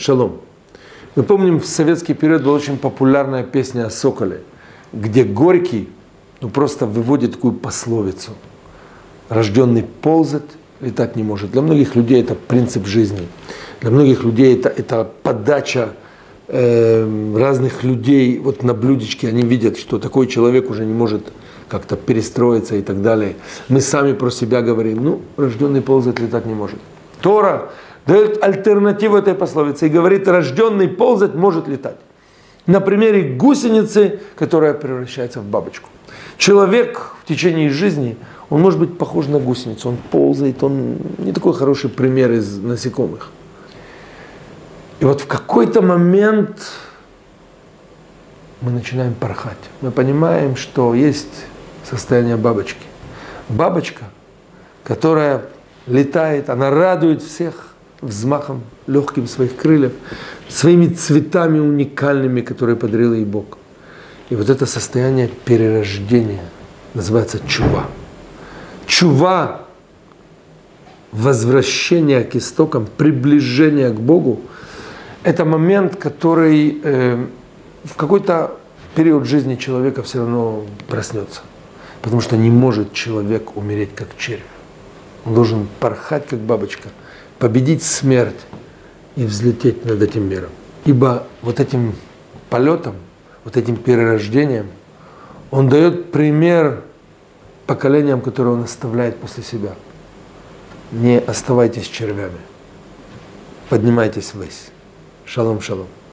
Шалом. Мы помним, в советский период была очень популярная песня о соколе, где Горький просто выводит такую пословицу. Рожденный ползает, летать не может. Для многих людей это принцип жизни. Для многих людей это подача разных людей. Вот на блюдечке они видят, что такой человек уже не может как-то перестроиться и так далее. Мы сами про себя говорим, рожденный ползать, летать не может. Тора дает альтернативу этой пословице и говорит, рожденный ползать может летать. На примере гусеницы, которая превращается в бабочку. Человек в течение жизни, он может быть похож на гусеницу, он ползает, он не такой хороший пример из насекомых. И вот в какой-то момент мы начинаем порхать. Мы понимаем, что есть состояние бабочки. Бабочка, которая летает, она радует всех взмахом легким своих крыльев, своими цветами уникальными, которые подарил ей Бог. И вот это состояние перерождения называется чува. Чува, возвращение к истокам, приближение к Богу, это момент, который в какой-то период жизни человека все равно проснется. Потому что не может человек умереть как червь. Он должен порхать как бабочка, победить смерть и взлететь над этим миром. Ибо вот этим полетом, вот этим перерождением, он дает пример поколениям, которые он оставляет после себя. Не оставайтесь червями, поднимайтесь ввысь. Шалом, шалом.